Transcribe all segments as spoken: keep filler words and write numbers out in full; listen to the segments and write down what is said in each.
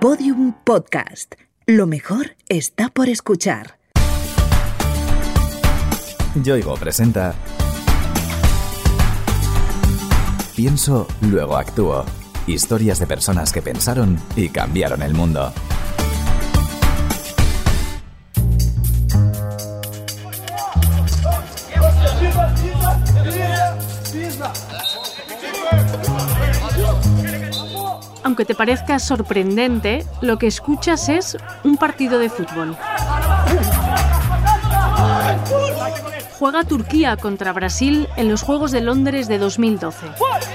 Podium Podcast. Lo mejor está por escuchar. Yoigo presenta Pienso, luego actúo. Historias de personas que pensaron y cambiaron el mundo. Aunque te parezca sorprendente, lo que escuchas es un partido de fútbol. Juega Turquía contra Brasil en los Juegos de Londres de dos mil doce.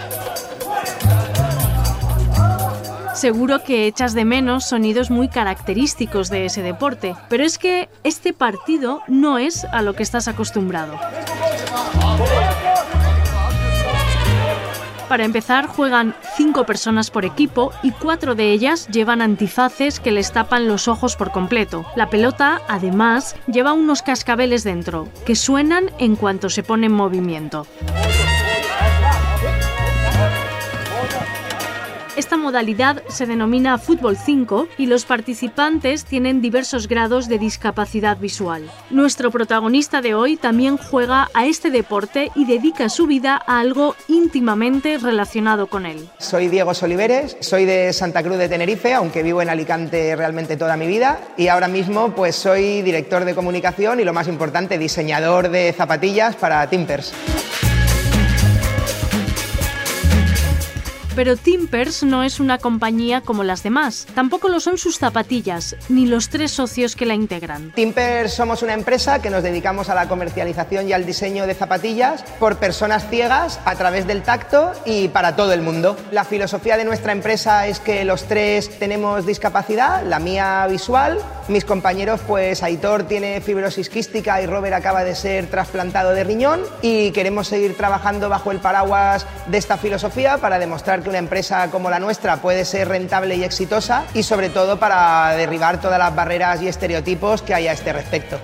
Seguro que echas de menos sonidos muy característicos de ese deporte, pero es que este partido no es a lo que estás acostumbrado. Para empezar, juegan cinco personas por equipo y cuatro de ellas llevan antifaces que les tapan los ojos por completo. La pelota, además, lleva unos cascabeles dentro, que suenan en cuanto se pone en movimiento. Esta modalidad se denomina Fútbol cinco y los participantes tienen diversos grados de discapacidad visual. Nuestro protagonista de hoy también juega a este deporte y dedica su vida a algo íntimamente relacionado con él. Soy Diego Soliveres, soy de Santa Cruz de Tenerife, aunque vivo en Alicante realmente toda mi vida, y ahora mismo pues soy director de comunicación y, lo más importante, diseñador de zapatillas para Timpers. Pero Timpers no es una compañía como las demás. Tampoco lo son sus zapatillas, ni los tres socios que la integran. Timpers somos una empresa que nos dedicamos a la comercialización y al diseño de zapatillas por personas ciegas a través del tacto y para todo el mundo. La filosofía de nuestra empresa es que los tres tenemos discapacidad, la mía visual, mis compañeros, pues Aitor tiene fibrosis quística y Robert acaba de ser trasplantado de riñón, y queremos seguir trabajando bajo el paraguas de esta filosofía para demostrar que una empresa como la nuestra puede ser rentable y exitosa, y sobre todo para derribar todas las barreras y estereotipos que hay a este respecto.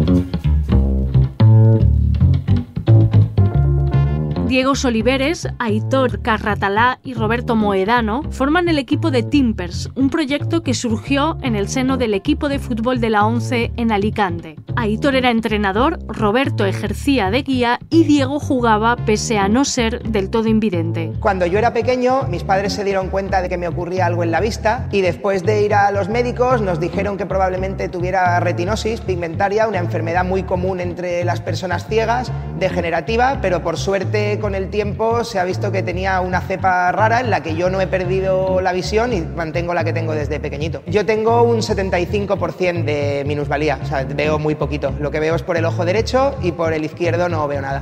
Diego Soliveres, Aitor Carratalá y Roberto Moedano forman el equipo de Timpers, un proyecto que surgió en el seno del equipo de fútbol de la ONCE en Alicante. Aitor era entrenador, Roberto ejercía de guía y Diego jugaba pese a no ser del todo invidente. Cuando yo era pequeño, mis padres se dieron cuenta de que me ocurría algo en la vista, y después de ir a los médicos nos dijeron que probablemente tuviera retinosis pigmentaria, una enfermedad muy común entre las personas ciegas, degenerativa, pero por suerte con el tiempo se ha visto que tenía una cepa rara en la que yo no he perdido la visión y mantengo la que tengo desde pequeñito. Yo tengo un setenta y cinco por ciento de minusvalía, o sea, veo muy poquito. Lo que veo es por el ojo derecho y por el izquierdo no veo nada.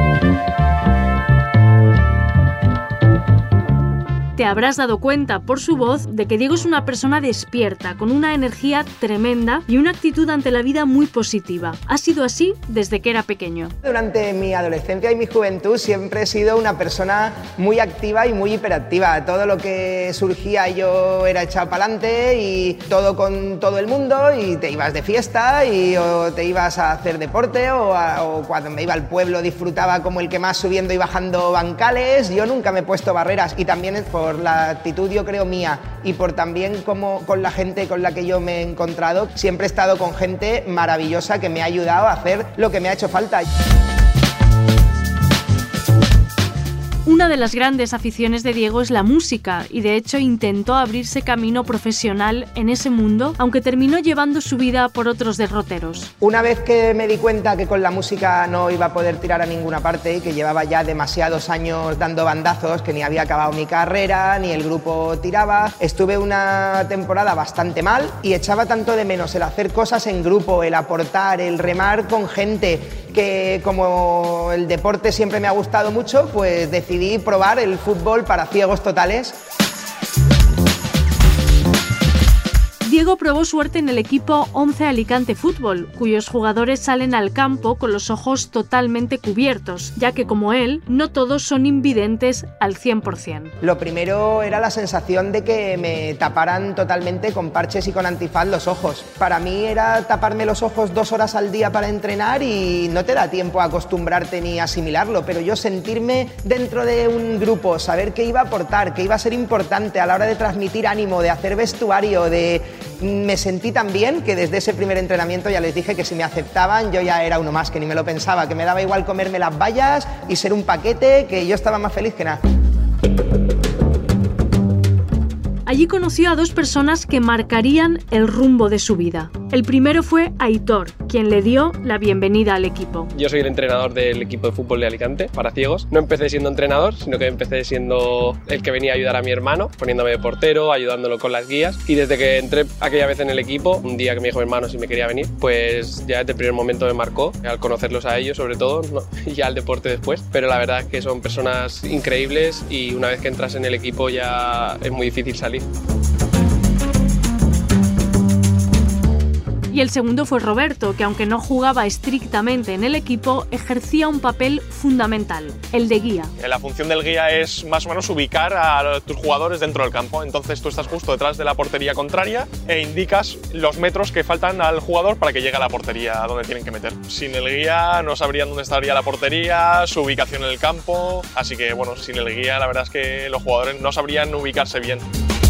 Te habrás dado cuenta por su voz de que Diego es una persona despierta, con una energía tremenda y una actitud ante la vida muy positiva. Ha sido así desde que era pequeño. Durante mi adolescencia y mi juventud siempre he sido una persona muy activa y muy hiperactiva. Todo lo que surgía yo era echado para adelante, y todo con todo el mundo, y te ibas de fiesta y o te ibas a hacer deporte o, a, o cuando me iba al pueblo disfrutaba como el que más, subiendo y bajando bancales. Yo nunca me he puesto barreras, y también es por por la actitud, yo creo, mía, y por también como con la gente con la que yo me he encontrado, siempre he estado con gente maravillosa que me ha ayudado a hacer lo que me ha hecho falta. Una de las grandes aficiones de Diego es la música, y de hecho intentó abrirse camino profesional en ese mundo, aunque terminó llevando su vida por otros derroteros. Una vez que me di cuenta que con la música no iba a poder tirar a ninguna parte y que llevaba ya demasiados años dando bandazos, que ni había acabado mi carrera, ni el grupo tiraba, estuve una temporada bastante mal y echaba tanto de menos el hacer cosas en grupo, el aportar, el remar con gente, que como el deporte siempre me ha gustado mucho, pues decidí probar el fútbol para ciegos totales. Diego probó suerte en el equipo once Alicante Fútbol, cuyos jugadores salen al campo con los ojos totalmente cubiertos, ya que como él, no todos son invidentes al cien por cien. Lo primero era la sensación de que me taparan totalmente con parches y con antifaz los ojos. Para mí era taparme los ojos dos horas al día para entrenar y no te da tiempo a acostumbrarte ni a asimilarlo, pero yo sentirme dentro de un grupo, saber que iba a aportar, que iba a ser importante a la hora de transmitir ánimo, de hacer vestuario, de... me sentí tan bien que desde ese primer entrenamiento ya les dije que si me aceptaban yo ya era uno más, que ni me lo pensaba, que me daba igual comerme las vallas y ser un paquete, que yo estaba más feliz que nada. Allí conoció a dos personas que marcarían el rumbo de su vida. El primero fue Aitor, quien le dio la bienvenida al equipo. Yo soy el entrenador del equipo de fútbol de Alicante, para ciegos. No empecé siendo entrenador, sino que empecé siendo el que venía a ayudar a mi hermano, poniéndome de portero, ayudándolo con las guías. Y desde que entré aquella vez en el equipo, un día que me dijo mi hermano si me quería venir, pues ya desde el primer momento me marcó, al conocerlos a ellos sobre todo, ¿no? Y ya al deporte después. Pero la verdad es que son personas increíbles y una vez que entras en el equipo ya es muy difícil salir. Y el segundo fue Roberto, que aunque no jugaba estrictamente en el equipo, ejercía un papel fundamental, el de guía. La función del guía es más o menos ubicar a tus jugadores dentro del campo. Entonces tú estás justo detrás de la portería contraria e indicas los metros que faltan al jugador para que llegue a la portería donde tienen que meter. Sin el guía no sabrían dónde estaría la portería, su ubicación en el campo, así que bueno, sin el guía la verdad es que los jugadores no sabrían ubicarse bien.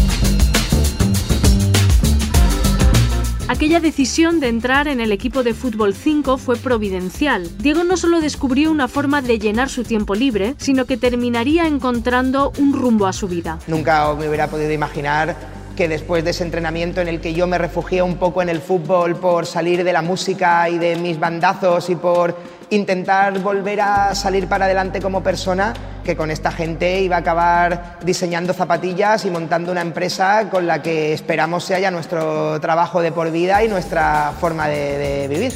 Aquella decisión de entrar en el equipo de fútbol cinco fue providencial. Diego no solo descubrió una forma de llenar su tiempo libre, sino que terminaría encontrando un rumbo a su vida. Nunca me hubiera podido imaginar que después de ese entrenamiento en el que yo me refugié un poco en el fútbol por salir de la música y de mis bandazos y por intentar volver a salir para adelante como persona, que con esta gente iba a acabar diseñando zapatillas y montando una empresa con la que esperamos sea ya nuestro trabajo de por vida y nuestra forma de, de vivir.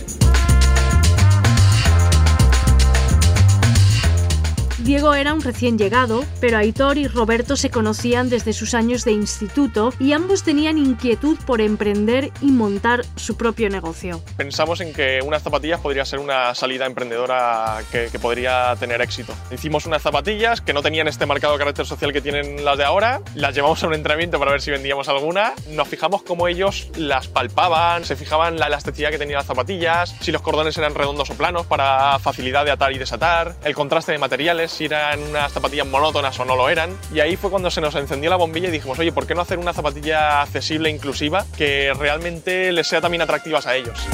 Diego era un recién llegado, pero Aitor y Roberto se conocían desde sus años de instituto y ambos tenían inquietud por emprender y montar su propio negocio. Pensamos en que unas zapatillas podría ser una salida emprendedora que, que podría tener éxito. Hicimos unas zapatillas que no tenían este marcado carácter social que tienen las de ahora, las llevamos a un entrenamiento para ver si vendíamos alguna, nos fijamos cómo ellos las palpaban, se fijaban la elasticidad que tenían las zapatillas, si los cordones eran redondos o planos para facilidad de atar y desatar, el contraste de materiales, si eran unas zapatillas monótonas o no lo eran. Y ahí fue cuando se nos encendió la bombilla y dijimos, oye, ¿por qué no hacer una zapatilla accesible e inclusiva que realmente les sea también atractivas a ellos?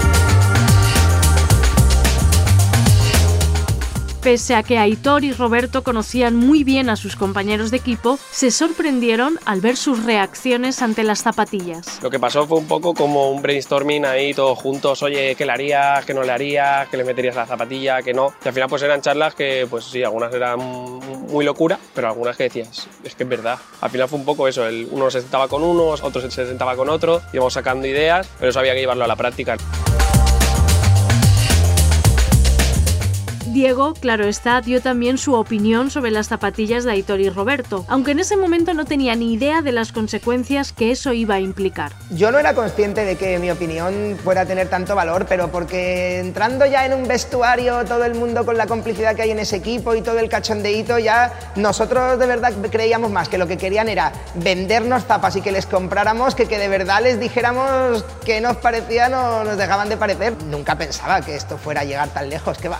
Pese a que Aitor y Roberto conocían muy bien a sus compañeros de equipo, se sorprendieron al ver sus reacciones ante las zapatillas. Lo que pasó fue un poco como un brainstorming ahí todos juntos, oye, ¿qué le harías? ¿Qué no le harías? ¿Qué le meterías a la zapatilla? ¿Qué no? Y al final pues eran charlas que, pues sí, algunas eran muy locura, pero algunas que decías, es que es verdad. Al final fue un poco eso, el, uno se sentaba con unos, otro se sentaba con otro, íbamos sacando ideas, pero eso había que llevarlo a la práctica. Diego, claro está, dio también su opinión sobre las zapatillas de Aitor y Roberto, aunque en ese momento no tenía ni idea de las consecuencias que eso iba a implicar. Yo no era consciente de que mi opinión fuera a tener tanto valor, pero porque entrando ya en un vestuario, todo el mundo con la complicidad que hay en ese equipo y todo el cachondeíto, ya nosotros de verdad creíamos más que lo que querían era vendernos zapas y que les compráramos, que que de verdad les dijéramos que nos parecían o nos dejaban de parecer. Nunca pensaba que esto fuera a llegar tan lejos, ¿qué va?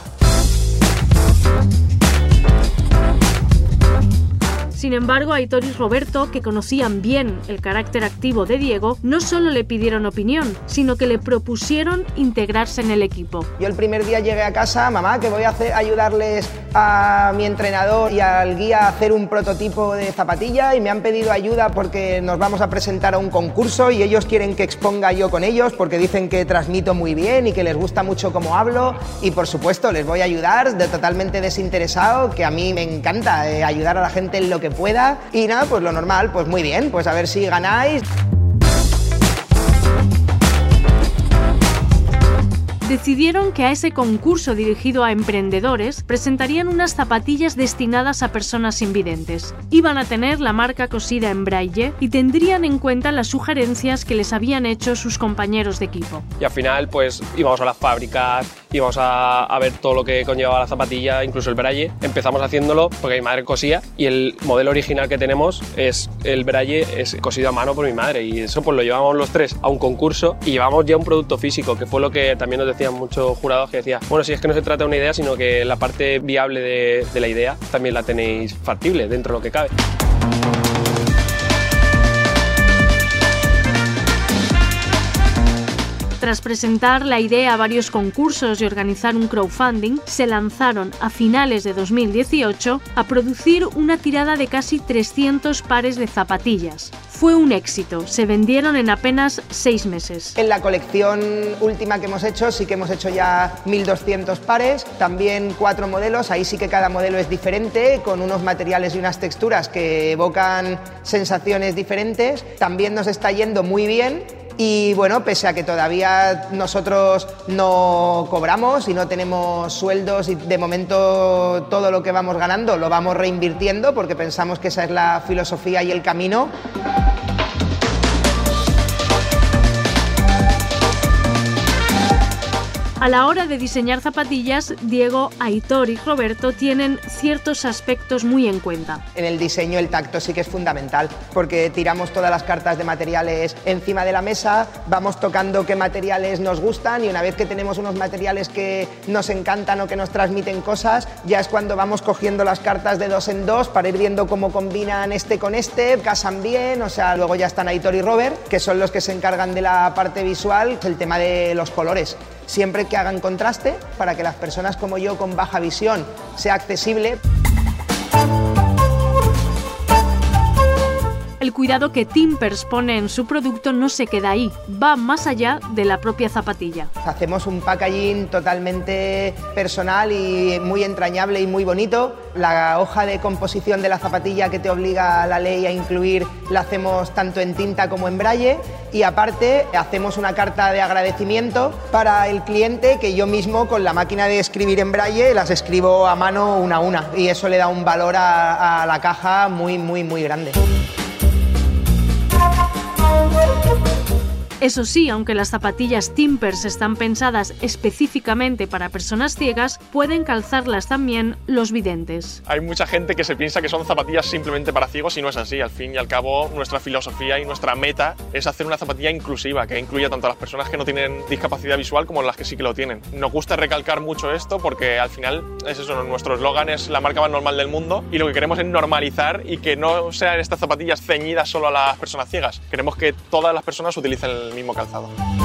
Sin embargo, Aitor y Roberto, que conocían bien el carácter activo de Diego, no solo le pidieron opinión, sino que le propusieron integrarse en el equipo. Yo el primer día llegué a casa, mamá, que voy a hacer, ayudarles a mi entrenador y al guía a hacer un prototipo de zapatilla y me han pedido ayuda porque nos vamos a presentar a un concurso y ellos quieren que exponga yo con ellos porque dicen que transmito muy bien y que les gusta mucho cómo hablo y por supuesto les voy a ayudar de totalmente desinteresado, que a mí me encanta eh, ayudar a la gente en lo que pueda y nada, pues lo normal, pues muy bien, pues a ver si ganáis. decidieron que a ese concurso dirigido a emprendedores presentarían unas zapatillas destinadas a personas invidentes. Iban a tener la marca cosida en braille y tendrían en cuenta las sugerencias que les habían hecho sus compañeros de equipo. Y al final pues íbamos a las fábricas, íbamos a, a ver todo lo que conllevaba la zapatilla, incluso el braille. Empezamos haciéndolo porque mi madre cosía y el modelo original que tenemos es el braille es cosido a mano por mi madre, y eso pues lo llevamos los tres a un concurso y llevamos ya un producto físico, que fue lo que también nos decían muchos jurados, que decía, bueno, si es que no se trata de una idea, sino que la parte viable de, de la idea también la tenéis factible dentro de lo que cabe. Tras presentar la idea a varios concursos y organizar un crowdfunding, se lanzaron a finales de dos mil dieciocho a producir una tirada de casi trescientos pares de zapatillas. Fue un éxito, se vendieron en apenas seis meses. En la colección última que hemos hecho sí que hemos hecho ya mil doscientos pares, también cuatro modelos, ahí sí que cada modelo es diferente, con unos materiales y unas texturas que evocan sensaciones diferentes. También nos está yendo muy bien. Y bueno, pese a que todavía nosotros no cobramos y no tenemos sueldos y de momento todo lo que vamos ganando lo vamos reinvirtiendo porque pensamos que esa es la filosofía y el camino. A la hora de diseñar zapatillas, Diego, Aitor y Roberto tienen ciertos aspectos muy en cuenta. En el diseño el tacto sí que es fundamental, porque tiramos todas las cartas de materiales encima de la mesa, vamos tocando qué materiales nos gustan y una vez que tenemos unos materiales que nos encantan o que nos transmiten cosas, ya es cuando vamos cogiendo las cartas de dos en dos para ir viendo cómo combinan este con este, casan bien, o sea, luego ya están Aitor y Robert, que son los que se encargan de la parte visual, el tema de los colores. Siempre que hagan contraste, para que las personas como yo con baja visión sea accesible. El cuidado que Timpers pone en su producto no se queda ahí, va más allá de la propia zapatilla. Hacemos un packaging totalmente personal y muy entrañable y muy bonito. La hoja de composición de la zapatilla que te obliga la ley a incluir la hacemos tanto en tinta como en braille y aparte hacemos una carta de agradecimiento para el cliente que yo mismo con la máquina de escribir en braille las escribo a mano una a una y eso le da un valor a, a la caja muy muy muy grande. Eso sí, aunque las zapatillas Timpers están pensadas específicamente para personas ciegas, pueden calzarlas también los videntes. Hay mucha gente que se piensa que son zapatillas simplemente para ciegos y no es así. Al fin y al cabo, nuestra filosofía y nuestra meta es hacer una zapatilla inclusiva que incluya tanto a las personas que no tienen discapacidad visual como a las que sí que lo tienen. Nos gusta recalcar mucho esto porque al final es eso, nuestro eslogan es la marca más normal del mundo y lo que queremos es normalizar y que no sean estas zapatillas ceñidas solo a las personas ciegas. Queremos que todas las personas utilicen el mismo calzado.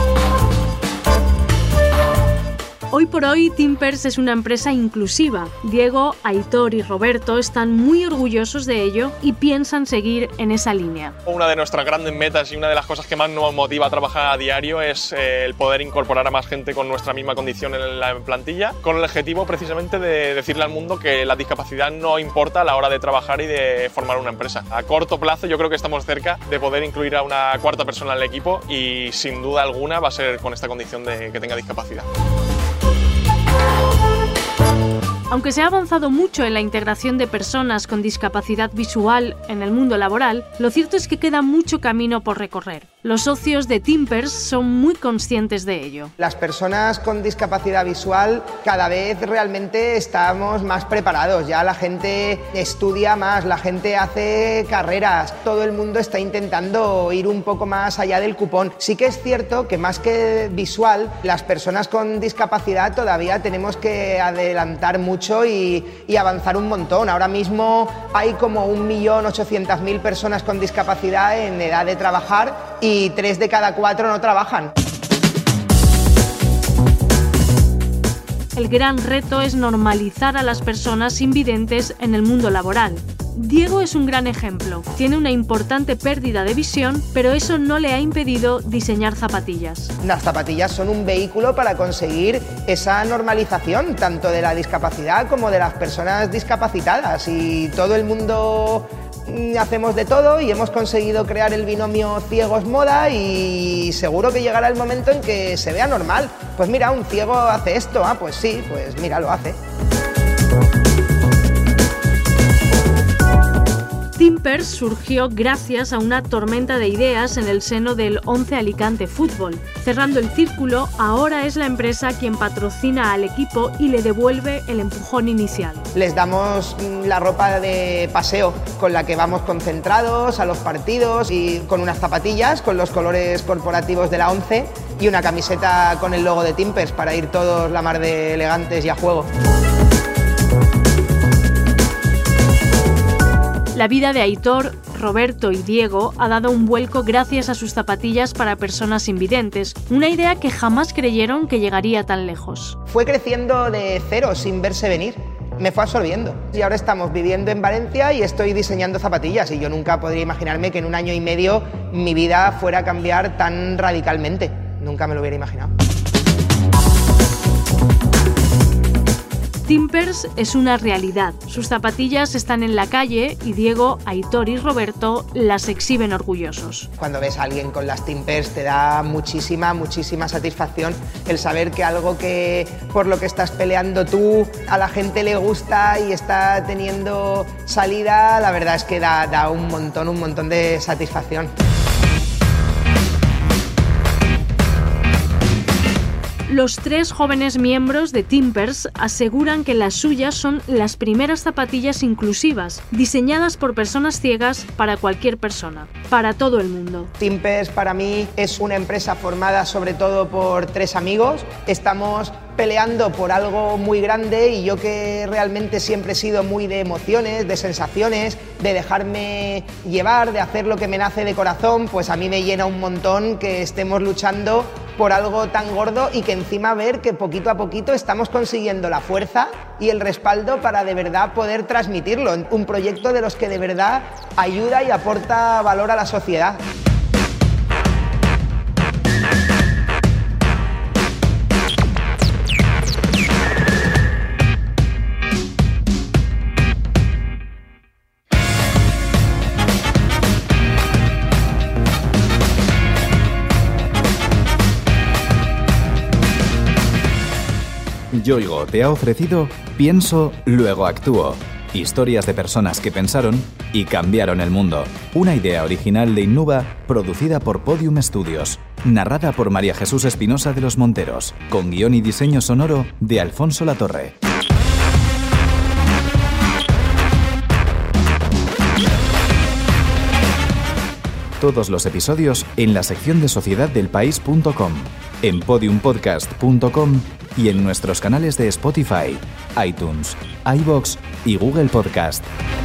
Hoy por hoy, Timpers es una empresa inclusiva. Diego, Aitor y Roberto están muy orgullosos de ello y piensan seguir en esa línea. Una de nuestras grandes metas y una de las cosas que más nos motiva a trabajar a diario es eh, el poder incorporar a más gente con nuestra misma condición en la plantilla, con el objetivo precisamente de decirle al mundo que la discapacidad no importa a la hora de trabajar y de formar una empresa. A corto plazo yo creo que estamos cerca de poder incluir a una cuarta persona en el equipo y sin duda alguna va a ser con esta condición de que tenga discapacidad. Aunque se ha avanzado mucho en la integración de personas con discapacidad visual en el mundo laboral, lo cierto es que queda mucho camino por recorrer. Los socios de Timpers son muy conscientes de ello. Las personas con discapacidad visual cada vez realmente estamos más preparados, ya la gente estudia más, la gente hace carreras, todo el mundo está intentando ir un poco más allá del cupón. Sí que es cierto que más que visual, las personas con discapacidad todavía tenemos que adelantar mucho Y, y avanzar un montón. Ahora mismo hay como un millón ochocientas mil personas con discapacidad en edad de trabajar y tres de cada cuatro no trabajan. El gran reto es normalizar a las personas invidentes en el mundo laboral. Diego es un gran ejemplo. Tiene una importante pérdida de visión, pero eso no le ha impedido diseñar zapatillas. Las zapatillas son un vehículo para conseguir esa normalización, tanto de la discapacidad como de las personas discapacitadas. Y todo el mundo hacemos de todo y hemos conseguido crear el binomio ciegos-moda y seguro que llegará el momento en que se vea normal. Pues mira, un ciego hace esto, ah, pues sí, pues mira, lo hace. Timpers surgió gracias a una tormenta de ideas en el seno del Once Alicante Fútbol. Cerrando el círculo, ahora es la empresa quien patrocina al equipo y le devuelve el empujón inicial. Les damos la ropa de paseo con la que vamos concentrados a los partidos y con unas zapatillas con los colores corporativos de la Once y una camiseta con el logo de Timpers para ir todos la mar de elegantes y a juego. La vida de Aitor, Roberto y Diego ha dado un vuelco gracias a sus zapatillas para personas invidentes, una idea que jamás creyeron que llegaría tan lejos. Fue creciendo de cero sin verse venir. Me fue absorbiendo. Y ahora estamos viviendo en Valencia y estoy diseñando zapatillas y yo nunca podría imaginarme que en un año y medio mi vida fuera a cambiar tan radicalmente. Nunca me lo hubiera imaginado. Timpers es una realidad. Sus zapatillas están en la calle y Diego, Aitor y Roberto las exhiben orgullosos. Cuando ves a alguien con las Timpers te da muchísima, muchísima satisfacción el saber que algo que por lo que estás peleando tú a la gente le gusta y está teniendo salida, la verdad es que da, da un montón, un montón de satisfacción. Los tres jóvenes miembros de Timpers aseguran que las suyas son las primeras zapatillas inclusivas, diseñadas por personas ciegas para cualquier persona, para todo el mundo. Timpers para mí es una empresa formada sobre todo por tres amigos. Estamos peleando por algo muy grande y yo que realmente siempre he sido muy de emociones, de sensaciones, de dejarme llevar, de hacer lo que me nace de corazón, pues a mí me llena un montón que estemos luchando por algo tan gordo y que encima ver que poquito a poquito estamos consiguiendo la fuerza y el respaldo para de verdad poder transmitirlo. Un proyecto de los que de verdad ayuda y aporta valor a la sociedad. Yoigo te ha ofrecido Pienso, luego actúo. Historias de personas que pensaron y cambiaron el mundo. Una idea original de Innuba, producida por Podium Studios. Narrada por María Jesús Espinosa de los Monteros. Con guión y diseño sonoro de Alfonso Latorre. Todos los episodios en la sección de sociedad del país punto com, en podium podcast punto com y en nuestros canales de Spotify, iTunes, iVoox y Google Podcast.